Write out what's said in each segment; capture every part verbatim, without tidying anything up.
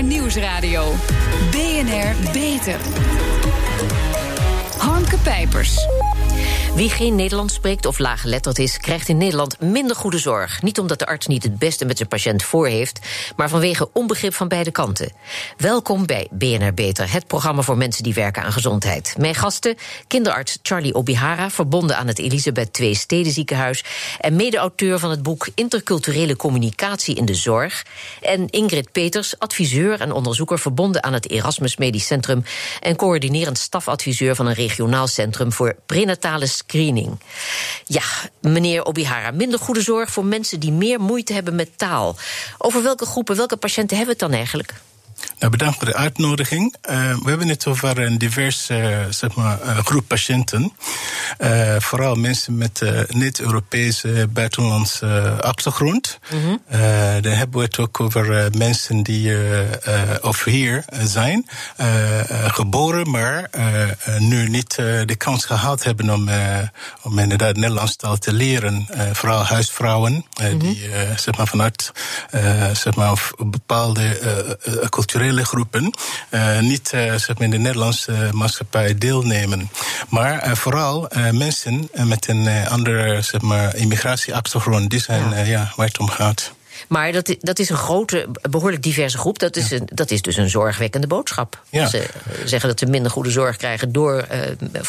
R Nieuwsradio. B N R Beter. Harmke Pijpers. Wie geen Nederlands spreekt of laaggeletterd is, krijgt in Nederland minder goede zorg. Niet omdat de arts niet het beste met zijn patiënt voor heeft, maar vanwege onbegrip van beide kanten. Welkom bij B N R Beter, het programma voor mensen die werken aan gezondheid. Mijn gasten, kinderarts Charlie Obihara, verbonden aan het Elisabeth twee Stedenziekenhuis en mede-auteur van het boek Interculturele Communicatie in de Zorg. En Ingrid Peters, adviseur en onderzoeker verbonden aan het Erasmus Medisch Centrum en coördinerend stafadviseur van een regionaal centrum voor prenatale screening. Ja, meneer Obihara, minder goede zorg voor mensen die meer moeite hebben met taal. Over welke groepen, welke patiënten hebben we het dan eigenlijk? Nou, bedankt voor de uitnodiging. Uh, we hebben het over een divers uh, zeg maar, uh, groep patiënten. Uh, vooral mensen met uh, niet-Europese buitenlandse uh, achtergrond. Mm-hmm. Uh, dan hebben we het ook over uh, mensen die uh, uh, of hier zijn, uh, uh, geboren, maar uh, uh, nu niet uh, de kans gehad hebben om, uh, om inderdaad Nederlands taal te leren. Uh, vooral huisvrouwen, uh, mm-hmm. die uh, zeg maar, vanuit uh, zeg maar, bepaalde uh, uh, culturele groepen uh, niet uh, zeg maar in de Nederlandse maatschappij deelnemen. Maar uh, vooral uh, mensen uh, met een uh, andere zeg maar, immigratieachtergrond, die zijn ja. Uh, ja, waar het om gaat. Maar dat, dat is een grote, behoorlijk diverse groep. Dat is, een, dat is dus een zorgwekkende boodschap. Ja. Ze zeggen dat ze minder goede zorg krijgen door uh,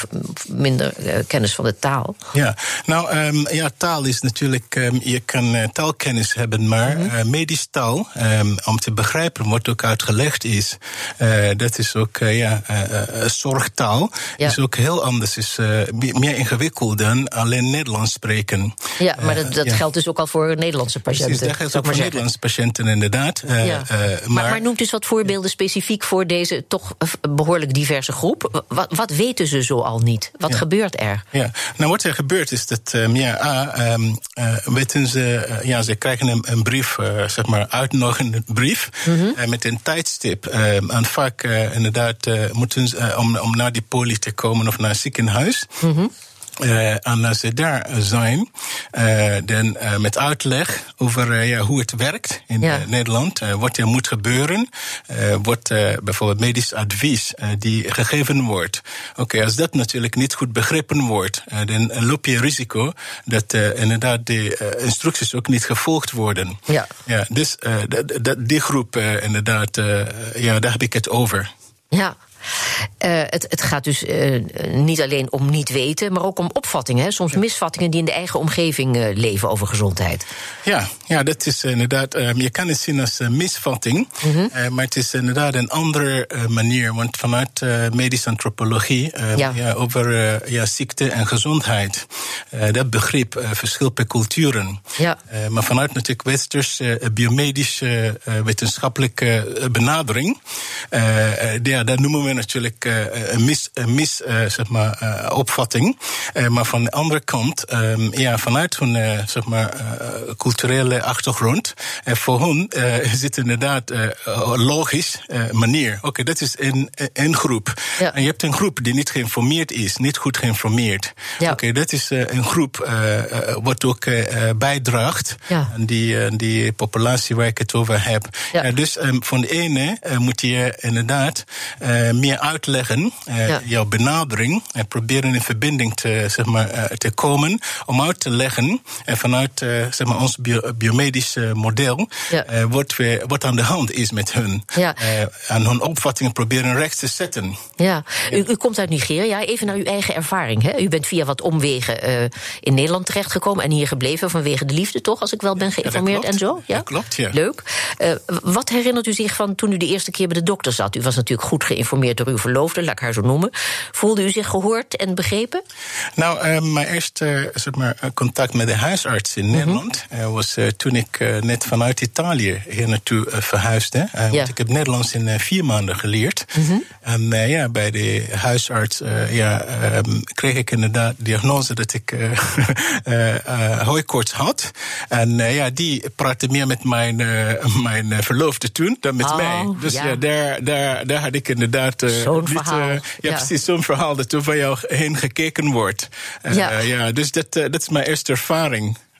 minder uh, kennis van de taal. Ja, nou um, ja, taal is natuurlijk, um, je kan uh, taalkennis hebben, maar mm-hmm. uh, medisch taal, um, om te begrijpen wat ook uitgelegd is, uh, dat is ook uh, ja, uh, uh, zorgtaal. Ja. Is ook heel anders, is uh, meer ingewikkeld dan alleen Nederlands spreken. Ja, maar dat, dat uh, geldt ja. dus ook al voor Nederlandse patiënten. Precies, dat geldt ook voor Nederlandse patiënten inderdaad. Uh, ja. uh, maar, maar, maar noemt dus wat voorbeelden specifiek voor deze toch behoorlijk diverse groep. Wat, wat weten ze zo al niet? Wat ja. gebeurt er? Ja. Nou, wat er gebeurt is dat um, ja, A, um, uh, weten ze, uh, ja, ze krijgen een, een brief, uh, zeg maar uitnodigende brief, mm-hmm. uh, met een tijdstip. Uh, en vaak uh, inderdaad uh, moeten ze uh, om, om naar die poli te komen of naar het ziekenhuis. Mm-hmm. Uh, en als ze daar zijn, uh, dan uh, met uitleg over uh, ja, hoe het werkt in ja. uh, Nederland, uh, wat er moet gebeuren, uh, wat uh, bijvoorbeeld medisch advies uh, die gegeven wordt. Oké, okay, als dat natuurlijk niet goed begrepen wordt, uh, dan loop je risico dat uh, inderdaad de uh, instructies ook niet gevolgd worden. Ja. Ja, dus uh, d- d- die groep uh, inderdaad, uh, ja, daar heb ik het over. Ja. Uh, het, het gaat dus uh, niet alleen om niet weten, maar ook om opvattingen. Hè? Soms ja. misvattingen die in de eigen omgeving uh, leven over gezondheid. Ja, ja, dat is inderdaad. Uh, je kan het zien als uh, misvatting, mm-hmm. uh, maar het is inderdaad een andere uh, manier. Want vanuit uh, medische antropologie uh, ja. Ja, over uh, ja, ziekte en gezondheid, uh, dat begrip uh, verschilt per culturen. Ja. Uh, maar vanuit natuurlijk westerse uh, biomedische uh, wetenschappelijke uh, benadering, uh, ja, dat noemen we natuurlijk uh, een mis, een mis uh, zeg maar, uh, opvatting. Uh, maar van de andere kant, um, ja, vanuit hun uh, zeg maar, uh, culturele achtergrond, uh, voor hun uh, zit inderdaad uh, logisch uh, manier. Oké, okay, dat is een, een groep. Ja. En je hebt een groep die niet geïnformeerd is, niet goed geïnformeerd. Ja. Oké, okay, dat is uh, een groep uh, uh, wat ook uh, bijdraagt ja. aan die, uh, die populatie waar ik het over heb. Ja. Uh, dus um, van de ene uh, moet je inderdaad uh, meer uitleggen, uh, ja. jouw benadering, en proberen in verbinding te, zeg maar, uh, te komen, om uit te leggen, en vanuit uh, zeg maar, ons bio- biomedische model, ja. uh, wat, we, wat aan de hand is met hun. Ja. Uh, en hun opvattingen proberen recht te zetten. Ja. Ja. U, u komt uit Nigeria, even naar uw eigen ervaring. Hè? U bent via wat omwegen uh, in Nederland terechtgekomen en hier gebleven vanwege de liefde, toch, als ik wel ben geïnformeerd ja, en zo? Ja, dat klopt, ja. Leuk. Uh, wat herinnert u zich van toen u de eerste keer bij de dokter zat? U was natuurlijk goed geïnformeerd door uw verloofde, laat ik haar zo noemen. Voelde u zich gehoord en begrepen? Nou, uh, mijn eerste uh, zeg maar, contact met de huisarts in mm-hmm. Nederland uh, was uh, toen ik uh, net vanuit Italië hier naartoe uh, verhuisde. Uh, ja. Want ik heb Nederlands in uh, vier maanden geleerd. Mm-hmm. En uh, ja, bij de huisarts uh, ja, um, kreeg ik inderdaad de diagnose dat ik uh, uh, uh, hooikoorts had. En uh, ja, die praatte meer met mijn, uh, mijn uh, verloofde toen dan met oh, mij. Dus ja, ja daar, daar, daar had ik inderdaad uh, zo'n niet, verhaal. Uh, ja, ja, precies, zo'n verhaal dat er van jou heen gekeken wordt. Uh, ja. Uh, ja, dus dat, uh, dat is mijn eerste ervaring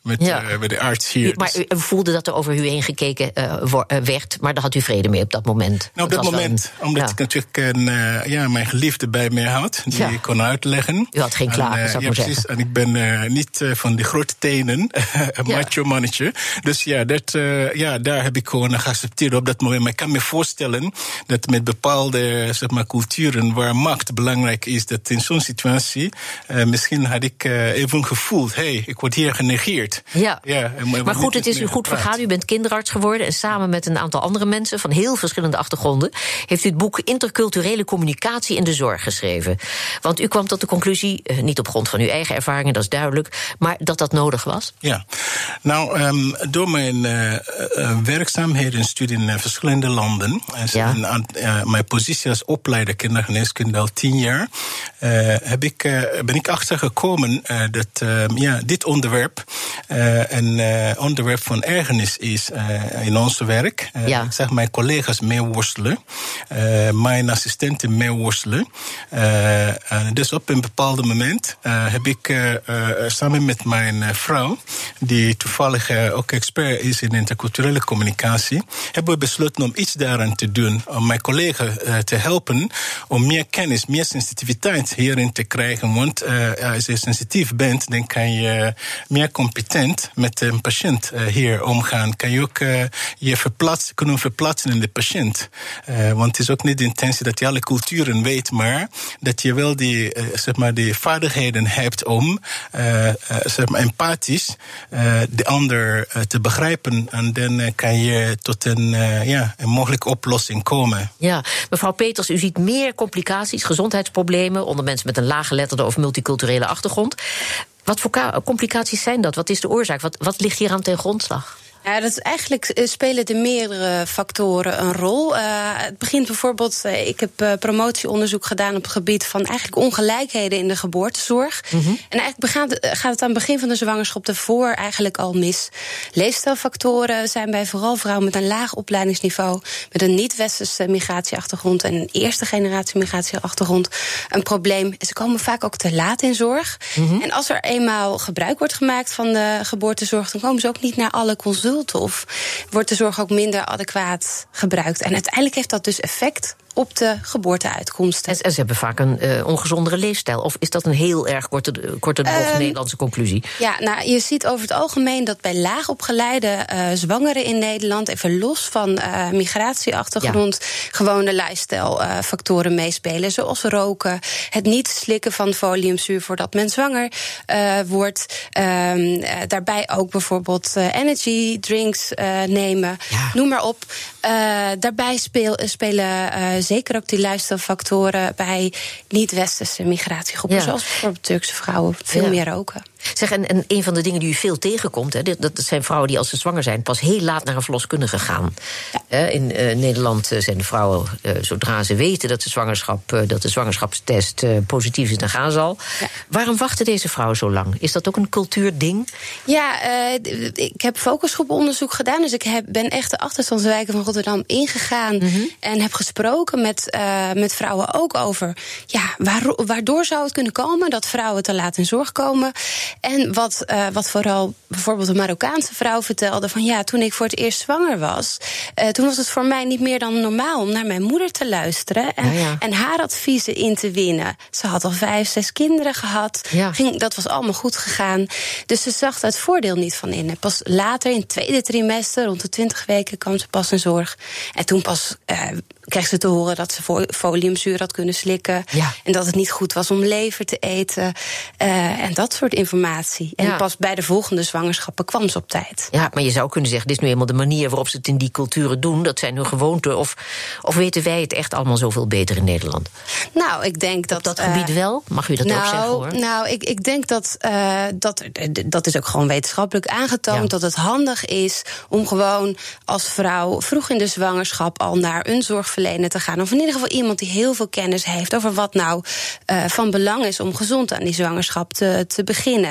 met, ja. uh, met de arts hier. Maar u voelde dat er over u heen gekeken uh, werd, maar daar had u vrede mee op dat moment? Nou, op dat moment, een, omdat ja. ik natuurlijk een, uh, ja, mijn geliefde bij mij had, die ja. ik kon uitleggen. U had geen klagen, en, uh, zou ik ja, maar precies. zeggen. En ik ben uh, niet uh, van die grote tenen, een ja. macho mannetje. Dus ja, dat, uh, ja, daar heb ik gewoon geaccepteerd op dat moment. Maar ik kan me voorstellen dat met bepaalde zeg maar, culturen waar macht belangrijk is, dat in zo'n situatie, uh, misschien had ik uh, even gevoeld, hé, hey, ik word hier genegeerd. Ja, ja maar, maar goed, het is u goed vergaan. U bent kinderarts geworden en samen met een aantal andere mensen van heel verschillende achtergronden heeft u het boek Interculturele Communicatie in de Zorg geschreven. Want u kwam tot de conclusie, uh, niet op grond van uw eigen ervaringen, dat is duidelijk, maar dat dat nodig was? Ja, nou, um, door mijn uh, uh, werkzaamheden en studie in uh, verschillende landen, en ja. en, uh, mijn positie als opleider kindergeneeskunde al tien jaar, uh, heb ik, uh, ben ik achtergekomen uh, dat uh, ja, dit onderwerp uh, een uh, onderwerp van ergernis is uh, in ons werk. Uh, ja. Ik zeg mijn collega's mee worstelen, uh, mijn assistenten mee worstelen. Uh, uh, dus op een bepaald moment uh, heb ik uh, uh, samen met mijn uh, vrouw, die toevallig uh, ook expert is in interculturele communicatie, hebben we besloten om iets daaraan te doen, om mijn collega uh, te helpen om meer kennis, meer sensitiviteit hierin te krijgen. Want uh, als je sensitief bent, dan kan je meer competent met een patiënt uh, hier omgaan. Kan je ook uh, je verplaatsen, kunnen verplaatsen in de patiënt. Uh, want het is ook niet de intentie dat je alle culturen weet, maar dat je wel die, uh, zeg maar, die vaardigheden hebt om uh, uh, zeg maar, empathisch uh, de ander uh, te begrijpen. En dan uh, kan je tot een, uh, ja, een mogelijke oplossing komen. Ja, mevrouw Peters, u ziet meer complicaties, gezondheidsproblemen onder mensen met een laaggeletterde of multiculturele achtergrond. Wat voor complicaties zijn dat? Wat is de oorzaak? Wat, wat ligt hier aan ten grondslag? Ja, dat is eigenlijk spelen er meerdere factoren een rol. Uh, het begint bijvoorbeeld, uh, ik heb uh, promotieonderzoek gedaan op het gebied van eigenlijk ongelijkheden in de geboortezorg. Mm-hmm. En eigenlijk gaat, gaat het aan het begin van de zwangerschap daarvoor eigenlijk al mis. Leefstijlfactoren zijn bij vooral vrouwen met een laag opleidingsniveau, met een niet-westerse migratieachtergrond en een eerste generatie migratieachtergrond een probleem. Ze komen vaak ook te laat in zorg. Mm-hmm. En als er eenmaal gebruik wordt gemaakt van de geboortezorg, dan komen ze ook niet naar alle consulten. Of wordt de zorg ook minder adequaat gebruikt. En uiteindelijk heeft dat dus effect op de geboorteuitkomsten. En ze hebben vaak een uh, ongezondere leefstijl. Of is dat een heel erg korte, korte bocht um, Nederlandse conclusie? Ja, nou, je ziet over het algemeen dat bij laagopgeleide uh, zwangeren in Nederland, even los van uh, migratieachtergrond, ja. gewone lifestyle-factoren uh, meespelen. Zoals roken, het niet slikken van foliumzuur voordat men zwanger uh, wordt. Um, uh, daarbij ook bijvoorbeeld uh, energy drinks uh, nemen. Ja. Noem maar op. Uh, daarbij speel, spelen uh, zeker ook die luisterfactoren bij niet-westerse migratiegroepen, ja. zoals bijvoorbeeld Turkse vrouwen, veel ja. meer roken. Zeg, en, en een van de dingen die u veel tegenkomt, hè, dat, dat zijn vrouwen die als ze zwanger zijn pas heel laat naar een verloskundige gaan. Ja. In uh, Nederland zijn de vrouwen, uh, zodra ze weten dat de, zwangerschap, uh, dat de zwangerschapstest uh, positief is, dan gaan ze al. Ja. Waarom wachten deze vrouwen zo lang? Is dat ook een cultuurding? Ja, uh, ik heb focusgroeponderzoek gedaan, dus ik heb, ben echt de achterstandswijken van Rotterdam ingegaan mm-hmm. en heb gesproken met, uh, met vrouwen ook over, ja, waar, waardoor zou het kunnen komen dat vrouwen te laat in zorg komen. En wat, uh, wat vooral bijvoorbeeld een Marokkaanse vrouw vertelde, van ja, toen ik voor het eerst zwanger was, uh, toen was het voor mij niet meer dan normaal om naar mijn moeder te luisteren en, ja, ja. en haar adviezen in te winnen. Ze had al vijf, zes kinderen gehad. Ja. Ging, dat was allemaal goed gegaan. Dus ze zag het voordeel niet van in. En pas later, in het tweede trimester, rond de twintig weken, kwam ze pas in zorg. En toen pas uh, kreeg ze te horen dat ze foliumzuur had kunnen slikken. Ja. En dat het niet goed was om lever te eten. Uh, en dat soort informatie. En ja. pas bij de volgende zwangerschappen kwam ze op tijd. Ja, maar je zou kunnen zeggen, dit is nu eenmaal de manier waarop ze het in die culturen doen. Dat zijn hun gewoonten. Of, of weten wij het echt allemaal zoveel beter in Nederland? Nou, ik denk dat... Op dat gebied uh, wel? Mag u dat nou, ook zeggen, hoor? Nou, ik, ik denk dat, uh, dat... Dat is ook gewoon wetenschappelijk aangetoond, ja. dat het handig is om gewoon als vrouw vroeg in de zwangerschap al naar een zorgverlener te gaan. Of in ieder geval iemand die heel veel kennis heeft over wat nou uh, van belang is om gezond aan die zwangerschap te, te beginnen.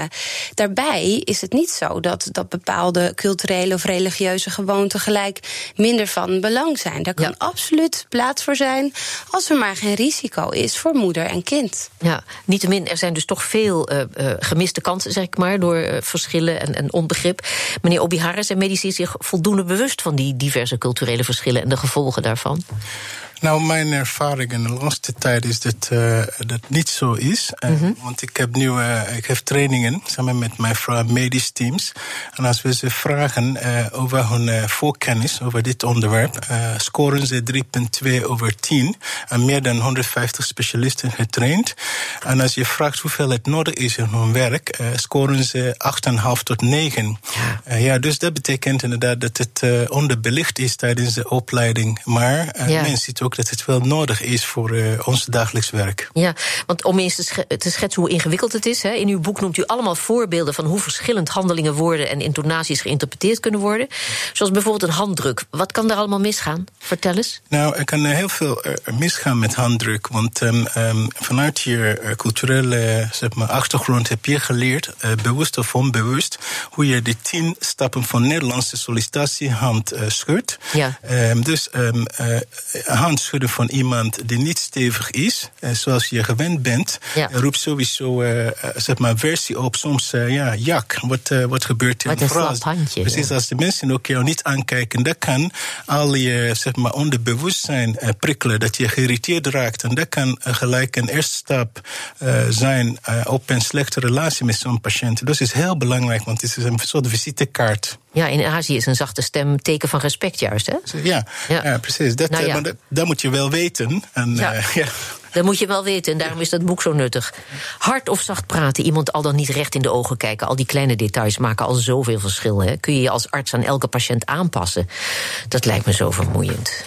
daarbij is het niet zo dat, dat bepaalde culturele of religieuze gewoonten gelijk minder van belang zijn. Daar kan ja. absoluut plaats voor zijn als er maar geen risico is voor moeder en kind. Ja, niettemin, er zijn dus toch veel uh, uh, gemiste kansen, zeg ik maar, door uh, verschillen en, en onbegrip. Meneer Obihara, zijn medici zich voldoende bewust van die diverse culturele verschillen en de gevolgen daarvan? Nou, mijn ervaring in de laatste tijd is dat uh, dat niet zo is. Uh, mm-hmm. Want ik heb nu uh, ik heb trainingen samen met mijn vrouw medisch teams. En als we ze vragen uh, over hun uh, voorkennis over dit onderwerp, uh, scoren ze drie komma twee over tien. En meer dan honderdvijftig specialisten getraind. En als je vraagt hoeveel het nodig is in hun werk, uh, scoren ze acht komma vijf tot negen. Ja. Uh, ja, dus dat betekent inderdaad dat het uh, onderbelicht is tijdens de opleiding. Maar uh, ja. men ziet ook dat het wel nodig is voor uh, ons dagelijks werk. Ja, want om eens te, sch- te schetsen hoe ingewikkeld het is, hè, in uw boek noemt u allemaal voorbeelden van hoe verschillend handelingen, woorden en intonaties geïnterpreteerd kunnen worden. Zoals bijvoorbeeld een handdruk. Wat kan daar allemaal misgaan? Vertel eens. Nou, er kan uh, heel veel uh, misgaan met handdruk. Want um, um, vanuit je uh, culturele zeg maar, achtergrond heb je geleerd, uh, bewust of onbewust, hoe je de tien stappen van Nederlandse sollicitatiehand uh, schudt. Ja. Um, dus um, uh, hand schudden van iemand die niet stevig is, uh, zoals je gewend bent, ja. uh, roept sowieso uh, zeg maar versie op. Soms uh, ja, jak, wat, uh, wat gebeurt in wat een frase. Handje, precies, ja. Als de mensen ook jou niet aankijken, dat kan al je zeg maar onderbewustzijn uh, prikkelen, dat je geïrriteerd raakt. En dat kan uh, gelijk een eerste stap uh, zijn uh, op een slechte relatie met zo'n patiënt. Dus het is heel belangrijk, want het is een soort visitekaart. Ja, in Azië is een zachte stem teken van respect juist, hè? Ja, ja. ja precies. Dat, nou ja. Maar dat, dat moet je wel weten. En, ja. Uh, ja. Dat moet je wel weten en daarom is dat boek zo nuttig. Hard of zacht praten, iemand al dan niet recht in de ogen kijken. Al die kleine details maken al zoveel verschil. Hè? Kun je je als arts aan elke patiënt aanpassen? Dat lijkt me zo vermoeiend.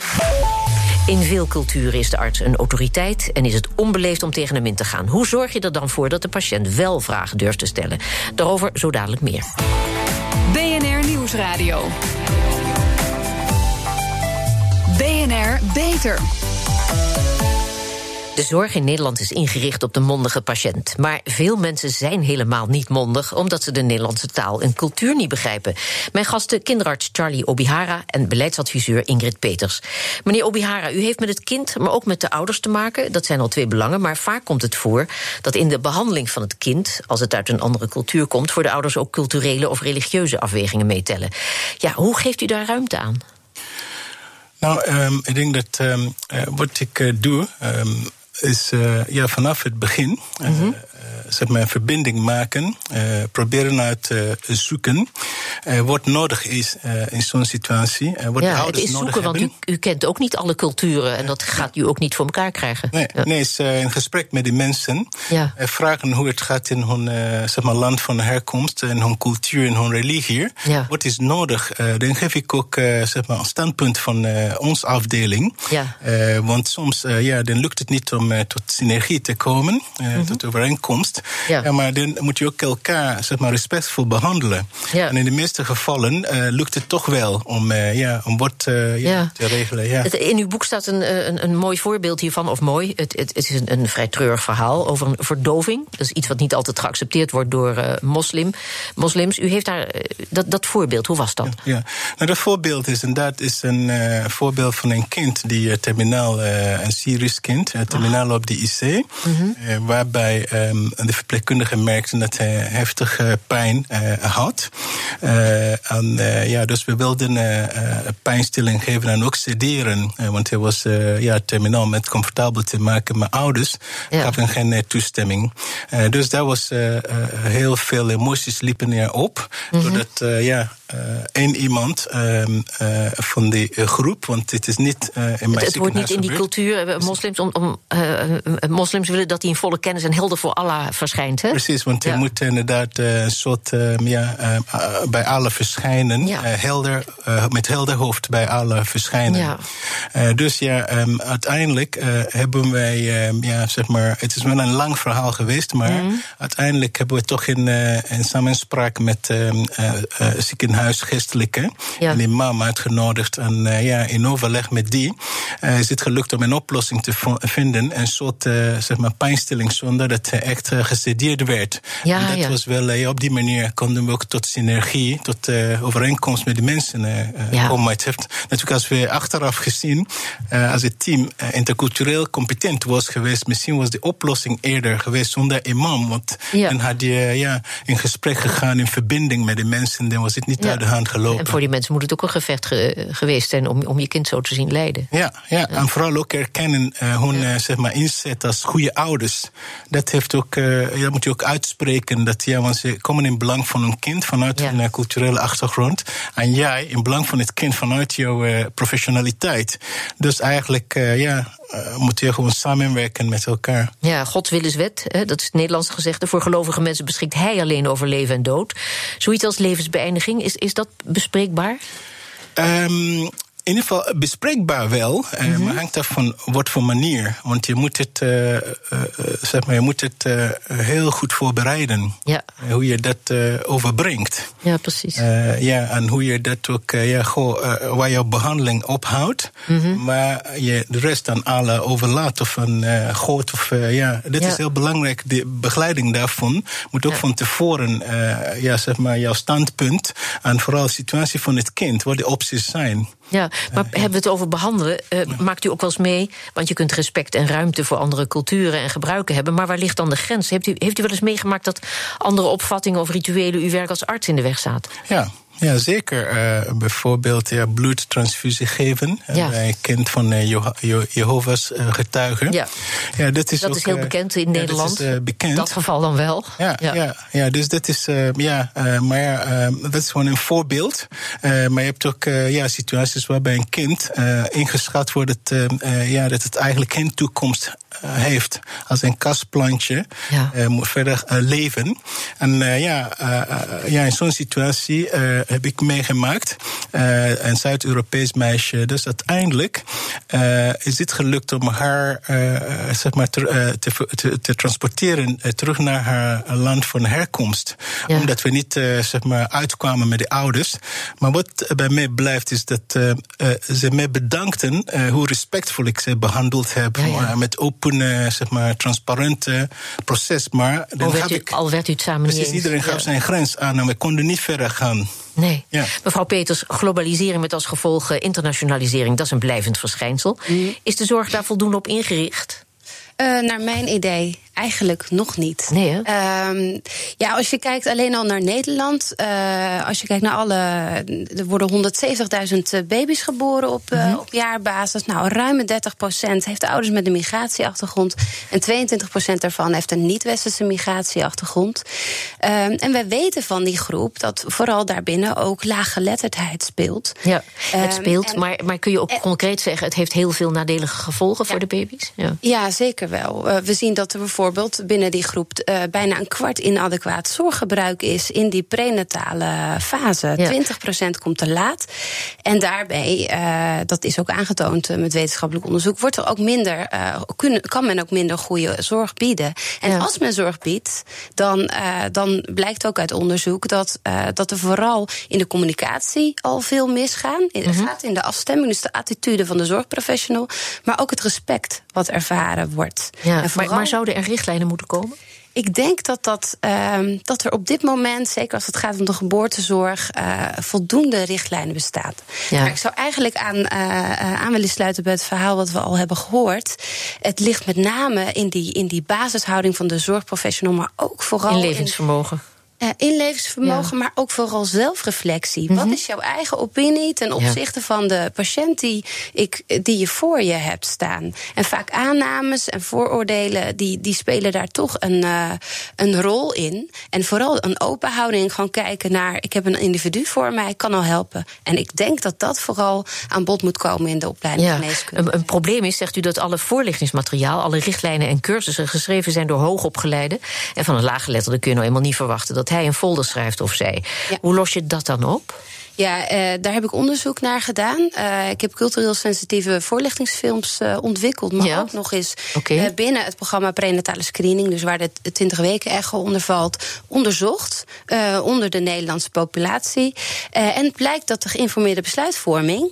In veel culturen is de arts een autoriteit en is het onbeleefd om tegen hem in te gaan. Hoe zorg je er dan voor dat de patiënt wel vragen durft te stellen? Daarover zo dadelijk meer. B N R Nieuwsradio. B N R Beter. De zorg in Nederland is ingericht op de mondige patiënt. Maar veel mensen zijn helemaal niet mondig, omdat ze de Nederlandse taal en cultuur niet begrijpen. Mijn gasten, kinderarts Charlie Obihara en beleidsadviseur Ingrid Peters. Meneer Obihara, u heeft met het kind, maar ook met de ouders te maken. Dat zijn al twee belangen, maar vaak komt het voor dat in de behandeling van het kind, als het uit een andere cultuur komt, voor de ouders ook culturele of religieuze afwegingen meetellen. Ja, hoe geeft u daar ruimte aan? Nou, um, ik denk dat um, uh, wat ik uh, doe, um, is uh, ja, vanaf het begin uh, mm-hmm. uh, zeg maar een verbinding maken, uh, proberen uit te uh, zoeken uh, wat nodig is uh, in zo'n situatie. Uh, wat ja, de ouders het is nodig zoeken, hebben. Want u, u kent ook niet alle culturen en dat gaat u ook niet voor elkaar krijgen. Nee, ja. nee, het is uh, een gesprek met die mensen. Ja. Uh, vragen hoe het gaat in hun uh, zeg maar land van herkomst, in hun cultuur, in hun religie. Ja. Wat is nodig? Uh, dan geef ik ook uh, zeg maar een standpunt van uh, onze afdeling. Ja. Uh, want soms uh, ja, dan lukt het niet om uh, tot synergie te komen, uh, mm-hmm. tot overeenkomst. Ja. Ja, maar dan moet je ook elkaar zeg maar, respectvol behandelen. Ja. En in de meeste gevallen uh, lukt het toch wel om, uh, ja, om wat uh, ja, ja. te regelen. Ja. Het, in uw boek staat een, een, een mooi voorbeeld hiervan, of mooi. Het, het, het is een, een vrij treurig verhaal over een verdoving. Dat is iets wat niet altijd geaccepteerd wordt door uh, moslim, moslims. U heeft daar uh, dat, dat voorbeeld, hoe was dat? Ja, ja. Nou, dat voorbeeld is inderdaad is een uh, voorbeeld van een kind die uh, terminaal, uh, een Syrisch kind, uh, terminaal op de I C, mm-hmm. uh, waarbij um, de verpleegkundige merkte dat hij heftige pijn uh, had. Uh, en, uh, ja, dus we wilden uh, uh, pijnstilling geven en ook sederen, uh, want hij was uh, ja, terminaal met comfortabel te maken. Mijn ouders ja. gaven geen uh, toestemming. Uh, dus daar was uh, uh, heel veel emoties liepen erop, mm-hmm. doordat uh, ja. Uh, één iemand uh, uh, van die uh, groep, want dit is niet uh, in mijn Het, het wordt niet in die cultuur, uh, moslims, om, om, uh, moslims willen dat hij in volle kennis en helder voor Allah verschijnt, hè? Precies, want hij ja. moet inderdaad uh, een soort, uh, ja, uh, uh, bij Allah verschijnen, ja. uh, helder, uh, met helder hoofd bij Allah verschijnen. Ja. Uh, dus ja, um, uiteindelijk uh, hebben wij, uh, ja, zeg maar, het is wel een lang verhaal geweest, maar mm. uiteindelijk hebben we toch in, uh, in samenspraak met uh, uh, uh, ziekenhuisgeestelijke ja. en imam uitgenodigd en uh, ja, in overleg met die uh, is het gelukt om een oplossing te vo- vinden. Een soort uh, zeg maar pijnstilling zonder dat het echt uh, gesedeerd werd. Ja, en dat ja. was wel, uh, op die manier konden we ook tot synergie, tot uh, overeenkomst met de mensen uh, ja. komen. Het heeft natuurlijk, als we achteraf gezien, uh, als het team uh, intercultureel competent was geweest, misschien was de oplossing eerder geweest zonder imam. Want ja. dan had je uh, ja, in gesprek gegaan, in verbinding met de mensen, dan was het niet ja. uit de hand gelopen. En voor die mensen moet het ook een gevecht ge- geweest zijn om, om je kind zo te zien lijden. Ja, ja, ja. En vooral ook erkennen uh, hun ja. uh, zeg maar inzet als goede ouders. Dat heeft ook, uh, dat moet je ook uitspreken. Dat, ja, want ze komen in belang van hun kind vanuit ja. hun uh, culturele achtergrond. En jij in belang van het kind vanuit jouw uh, professionaliteit. Dus eigenlijk, uh, ja, uh, moet je gewoon samenwerken met elkaar. Ja, Gods wil is wet, hè, dat is het Nederlandse gezegde. Voor gelovige mensen beschikt hij alleen over leven en dood. Zoiets als levensbeëindiging, is, is dat bespreekbaar? Um, In ieder geval bespreekbaar wel, uh, mm-hmm. maar hangt af van wat voor manier. Want je moet het, uh, uh, zeg maar, je moet het uh, heel goed voorbereiden. Ja. Uh, hoe je dat uh, overbrengt. Ja, precies. Uh, ja, en hoe je dat ook, uh, ja, goh, uh, waar jouw behandeling ophoudt, mm-hmm. maar je de rest aan alle overlaat of aan uh, God. Of, uh, ja, dit ja. is heel belangrijk. De begeleiding daarvan moet ook ja. van tevoren, uh, ja, zeg maar, jouw standpunt en vooral de situatie van het kind, wat de opties zijn. Ja, maar uh, hebben we het over behandelen? Uh, ja. Maakt u ook wel eens mee, want je kunt respect en ruimte voor andere culturen en gebruiken hebben, maar waar ligt dan de grens? Heeft u, heeft u wel eens meegemaakt dat andere opvattingen of rituelen uw werk als arts in de weg zaten? Ja. Ja, zeker. Uh, bijvoorbeeld ja, bloedtransfusie geven ja. bij een kind van uh, Jeho- Je- Jehovah's uh, getuigen. Ja. Ja, dat is, dat ook, is heel bekend in ja, Nederland. Dat is uh, bekend. Dat geval dan wel. Ja, ja. ja, ja dus dat is, uh, ja, uh, maar ja, uh, dat is gewoon een voorbeeld. Uh, maar je hebt ook uh, ja, situaties waarbij een kind uh, ingeschat wordt dat, uh, ja, dat het eigenlijk geen toekomst uh, heeft. Als een kastplantje ja. uh, moet verder uh, leven. En uh, ja, uh, uh, ja, in zo'n situatie uh, heb ik meegemaakt. Uh, een Zuid-Europees meisje. Dus uiteindelijk uh, is het gelukt om haar uh, zeg maar te, uh, te, te, te transporteren uh, terug naar haar land van herkomst. Ja. Omdat we niet uh, zeg maar uitkwamen met de ouders. Maar wat bij mij blijft is dat uh, uh, ze mij bedankten uh, hoe respectvol ik ze behandeld heb. Ja, ja. Uh, met open, uh, zeg maar, transparante proces. Maar dan al, werd u, ik, al werd u het samen niet eens. Iedereen gaf ja. zijn grens aan en we konden niet verder gaan. Nee. Ja. Mevrouw Peters, globalisering met als gevolg internationalisering, dat is een blijvend verschijnsel. Mm. Is de zorg daar voldoende op ingericht? Uh, naar mijn idee eigenlijk nog niet. Nee, hè? Um, ja, als je kijkt alleen al naar Nederland, uh, als je kijkt naar alle, er worden honderdzeventigduizend baby's geboren op, uh, mm-hmm. op jaarbasis. Nou, ruim dertig procent heeft ouders met een migratieachtergrond en tweeëntwintig procent daarvan heeft een niet-westerse migratieachtergrond. Um, en wij weten van die groep dat vooral daarbinnen ook laaggeletterdheid speelt. Ja, het speelt, um, en, maar, maar kun je ook en, concreet zeggen, het heeft heel veel nadelige gevolgen ja, voor de baby's? Ja, ja zeker wel. Uh, we zien dat er bijvoorbeeld binnen die groep uh, bijna een kwart inadequaat zorggebruik is in die prenatale fase. Ja. twintig procent komt te laat. En daarbij, uh, dat is ook aangetoond uh, met wetenschappelijk onderzoek, wordt er ook minder, uh, kun, kan men ook minder goede zorg bieden. En ja. als men zorg biedt, dan, uh, dan blijkt ook uit onderzoek dat, uh, dat er vooral in de communicatie al veel misgaan. In, mm-hmm. gaat in de afstemming, dus de attitude van de zorgprofessional, maar ook het respect wat ervaren wordt. Ja, en vooral, maar, maar zouden er richtlijnen moeten komen? Ik denk dat, dat, uh, dat er op dit moment, zeker als het gaat om de geboortezorg, uh, voldoende richtlijnen bestaan. Ja. Maar ik zou eigenlijk aan, uh, aan willen sluiten bij het verhaal wat we al hebben gehoord. Het ligt met name in die, in die basishouding van de zorgprofessional, maar ook vooral in levensvermogen. In Uh, inlevingsvermogen, ja. maar ook vooral zelfreflectie. Mm-hmm. Wat is jouw eigen opinie ten opzichte ja. van de patiënt die, ik, die je voor je hebt staan? En vaak aannames en vooroordelen, die, die spelen daar toch een, uh, een rol in. En vooral een open houding, gewoon kijken naar, ik heb een individu voor mij, kan al helpen. En ik denk dat dat vooral aan bod moet komen in de opleiding ja. geneeskunde. Een, een probleem is, zegt u, dat alle voorlichtingsmateriaal, alle richtlijnen en cursussen geschreven zijn door hoogopgeleiden. En van een laaggeletterde kun je nou eenmaal niet verwachten dat hij een folder schrijft of zij. Ja. Hoe los je dat dan op? Ja, uh, daar heb ik onderzoek naar gedaan. Uh, ik heb cultureel sensitieve voorlichtingsfilms uh, ontwikkeld. Maar ja. ook nog eens okay. uh, binnen het programma Prenatale Screening, dus waar de twintig weken echo onder valt, onderzocht uh, onder de Nederlandse populatie. Uh, en het blijkt dat de geïnformeerde besluitvorming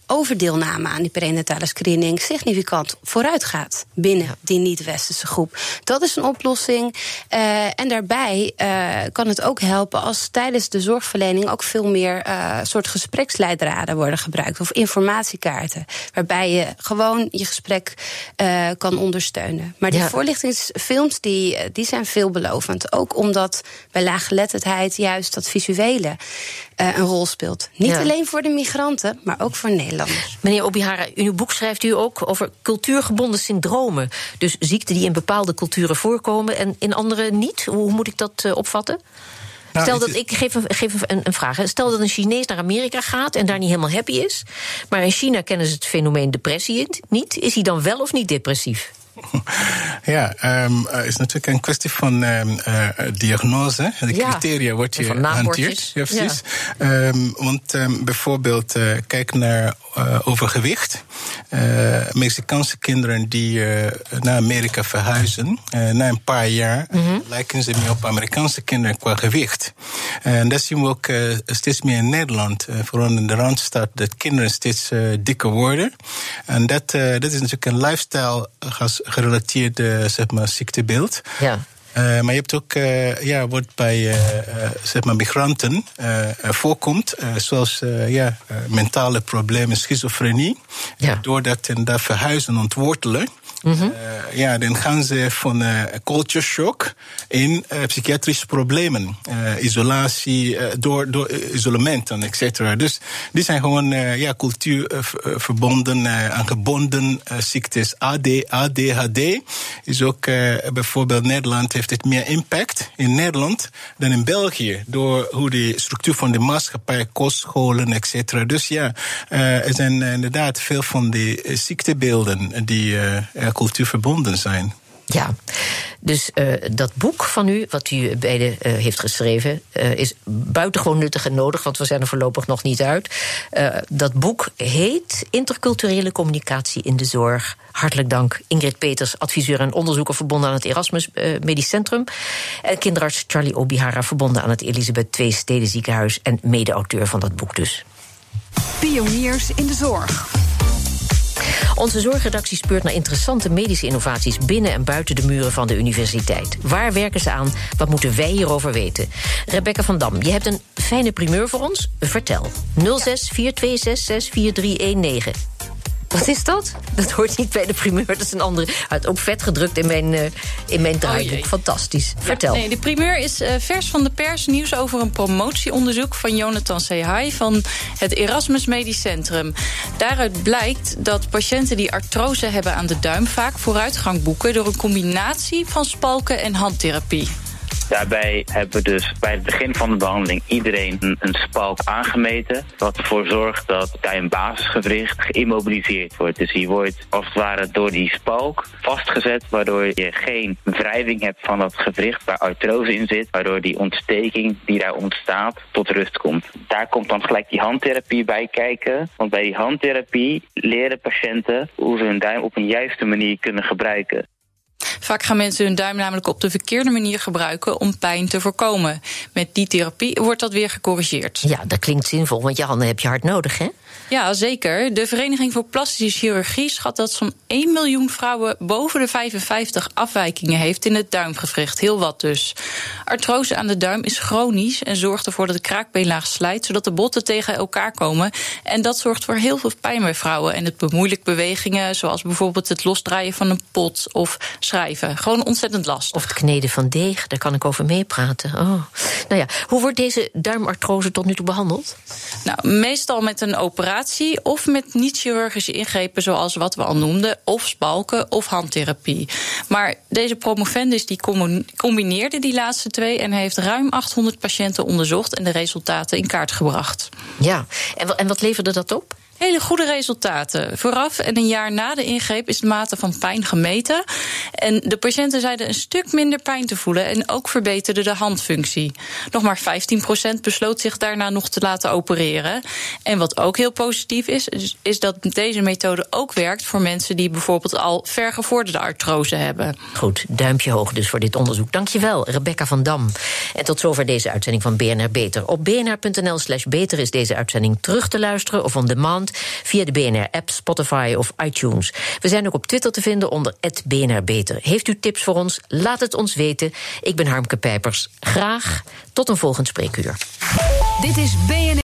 overdeelname aan die prenatale screening significant vooruit gaat binnen ja. die niet-westerse groep. Dat is een oplossing. Uh, en daarbij uh, kan het ook helpen als tijdens de zorgverlening ook veel meer uh, soort gespreksleidraden worden gebruikt of informatiekaarten, waarbij je gewoon je gesprek uh, kan ondersteunen. Maar die ja. voorlichtingsfilms die, die zijn veelbelovend. Ook omdat bij laaggeletterdheid juist dat visuele uh, een rol speelt. Niet ja. alleen voor de migranten, maar ook voor Nederlanders. Meneer Obihara, in uw boek schrijft u ook over cultuurgebonden syndromen. Dus ziekten die in bepaalde culturen voorkomen en in andere niet. Hoe moet ik dat uh, opvatten? Nou, Stel dat, ik geef, een, geef een, een vraag. Stel dat een Chinees naar Amerika gaat en daar niet helemaal happy is. Maar in China kennen ze het fenomeen depressie niet. Is hij dan wel of niet depressief? Ja, het um, is natuurlijk een kwestie van um, uh, diagnose. De ja. criteria wordt je hanteert. Ja, precies. Ja. Um, want um, bijvoorbeeld, uh, kijk naar uh, overgewicht. Uh, Mexicaanse kinderen die uh, naar Amerika verhuizen, uh, na een paar jaar mm-hmm. lijken ze meer op Amerikaanse kinderen qua gewicht. Uh, en dat zien we ook uh, steeds meer in Nederland. Uh, vooral in de Randstad, dat kinderen steeds uh, dikker worden. En dat, uh, dat is natuurlijk een lifestyle gerelateerde zeg maar, ziektebeeld. Ja. Uh, maar je hebt ook, uh, ja, wat bij uh, uh, zeg maar migranten uh, uh, voorkomt, uh, zoals uh, ja, uh, mentale problemen, schizofrenie. Ja. Doordat en daar verhuizen, ontwortelen. Mm-hmm. Uh, ja, dan gaan ze van uh, culture shock in uh, psychiatrische problemen. Uh, isolatie, uh, door, door uh, isolement en et cetera. Dus die zijn gewoon uh, ja, cultuurverbonden, uh, uh, aangebonden uh, ziektes. A D, A D H D is ook uh, bijvoorbeeld Nederland heeft het meer impact in Nederland dan in België. Door hoe de structuur van de maatschappij, kostscholen, et cetera. Dus ja, uh, er zijn uh, inderdaad veel van die uh, ziektebeelden die uh, cultuurverbonden zijn. Ja, dus uh, dat boek van u, wat u beide uh, heeft geschreven, uh, is buitengewoon nuttig en nodig, want we zijn er voorlopig nog niet uit. Uh, dat boek heet Interculturele communicatie in de zorg. Hartelijk dank, Ingrid Peters, adviseur en onderzoeker verbonden aan het Erasmus uh, Medisch Centrum. En kinderarts Charlie Obihara, verbonden aan het Elisabeth twee Stedenziekenhuis en mede-auteur van dat boek dus. Pioniers in de zorg. Onze zorgredactie speurt naar interessante medische innovaties binnen en buiten de muren van de universiteit. Waar werken ze aan? Wat moeten wij hierover weten? Rebecca van Dam, je hebt een fijne primeur voor ons. Vertel. nul zes vier twee zes zes vier drie een negen. Wat is dat? Dat hoort niet bij de primeur, dat is een andere. Het ook vet gedrukt in mijn, uh, in mijn draaiboek. Oh, Fantastisch. Ja, Vertel. Nee, de primeur is uh, vers van de pers, nieuws over een promotieonderzoek van Jonathan Sehai van het Erasmus Medisch Centrum. Daaruit blijkt dat patiënten die artrose hebben aan de duim vaak vooruitgang boeken door een combinatie van spalken en handtherapie. Daarbij hebben we dus bij het begin van de behandeling iedereen een, een spalk aangemeten. Wat ervoor zorgt dat bij een basisgewricht geïmmobiliseerd wordt. Dus die wordt als het ware door die spalk vastgezet, waardoor je geen wrijving hebt van dat gewricht waar artrose in zit. Waardoor die ontsteking die daar ontstaat tot rust komt. Daar komt dan gelijk die handtherapie bij kijken. Want bij die handtherapie leren patiënten hoe ze hun duim op een juiste manier kunnen gebruiken. Vaak gaan mensen hun duim namelijk op de verkeerde manier gebruiken om pijn te voorkomen. Met die therapie wordt dat weer gecorrigeerd. Ja, dat klinkt zinvol, want je handen heb je hard nodig, hè? Ja, zeker. De Vereniging voor Plastische Chirurgie schat dat zo'n één miljoen vrouwen boven de vijfenvijftig afwijkingen heeft in het duimgewricht. Heel wat dus. Artrose aan de duim is chronisch en zorgt ervoor dat de kraakbeenlaag slijt, zodat de botten tegen elkaar komen. En dat zorgt voor heel veel pijn bij vrouwen. En het bemoeilijkt bewegingen, zoals bijvoorbeeld het losdraaien van een pot of schrijven. Gewoon ontzettend lastig. Of het kneden van deeg, daar kan ik over meepraten. Oh. Nou ja, hoe wordt deze duimartrose tot nu toe behandeld? Nou, meestal met een operatie of met niet-chirurgische ingrepen zoals wat we al noemden, of spalken of handtherapie. Maar deze promovendus die combineerde die laatste twee en heeft ruim achthonderd patiënten onderzocht en de resultaten in kaart gebracht. Ja, en wat leverde dat op? Hele goede resultaten. Vooraf en een jaar na de ingreep is de mate van pijn gemeten. En de patiënten zeiden een stuk minder pijn te voelen en ook verbeterde de handfunctie. Nog maar vijftien procent besloot zich daarna nog te laten opereren. En wat ook heel positief is, is dat deze methode ook werkt voor mensen die bijvoorbeeld al vergevorderde artrose hebben. Goed, duimpje hoog dus voor dit onderzoek. Dankjewel, Rebecca van Dam. En tot zover deze uitzending van B N R Beter. Op bnr punt n l slash beter is deze uitzending terug te luisteren of on demand Nederland via de B N R-app, Spotify of iTunes. We zijn ook op Twitter te vinden onder at B N R Beter. Heeft u tips voor ons? Laat het ons weten. Ik ben Harmke Pijpers. Graag tot een volgend spreekuur. Dit is B N R.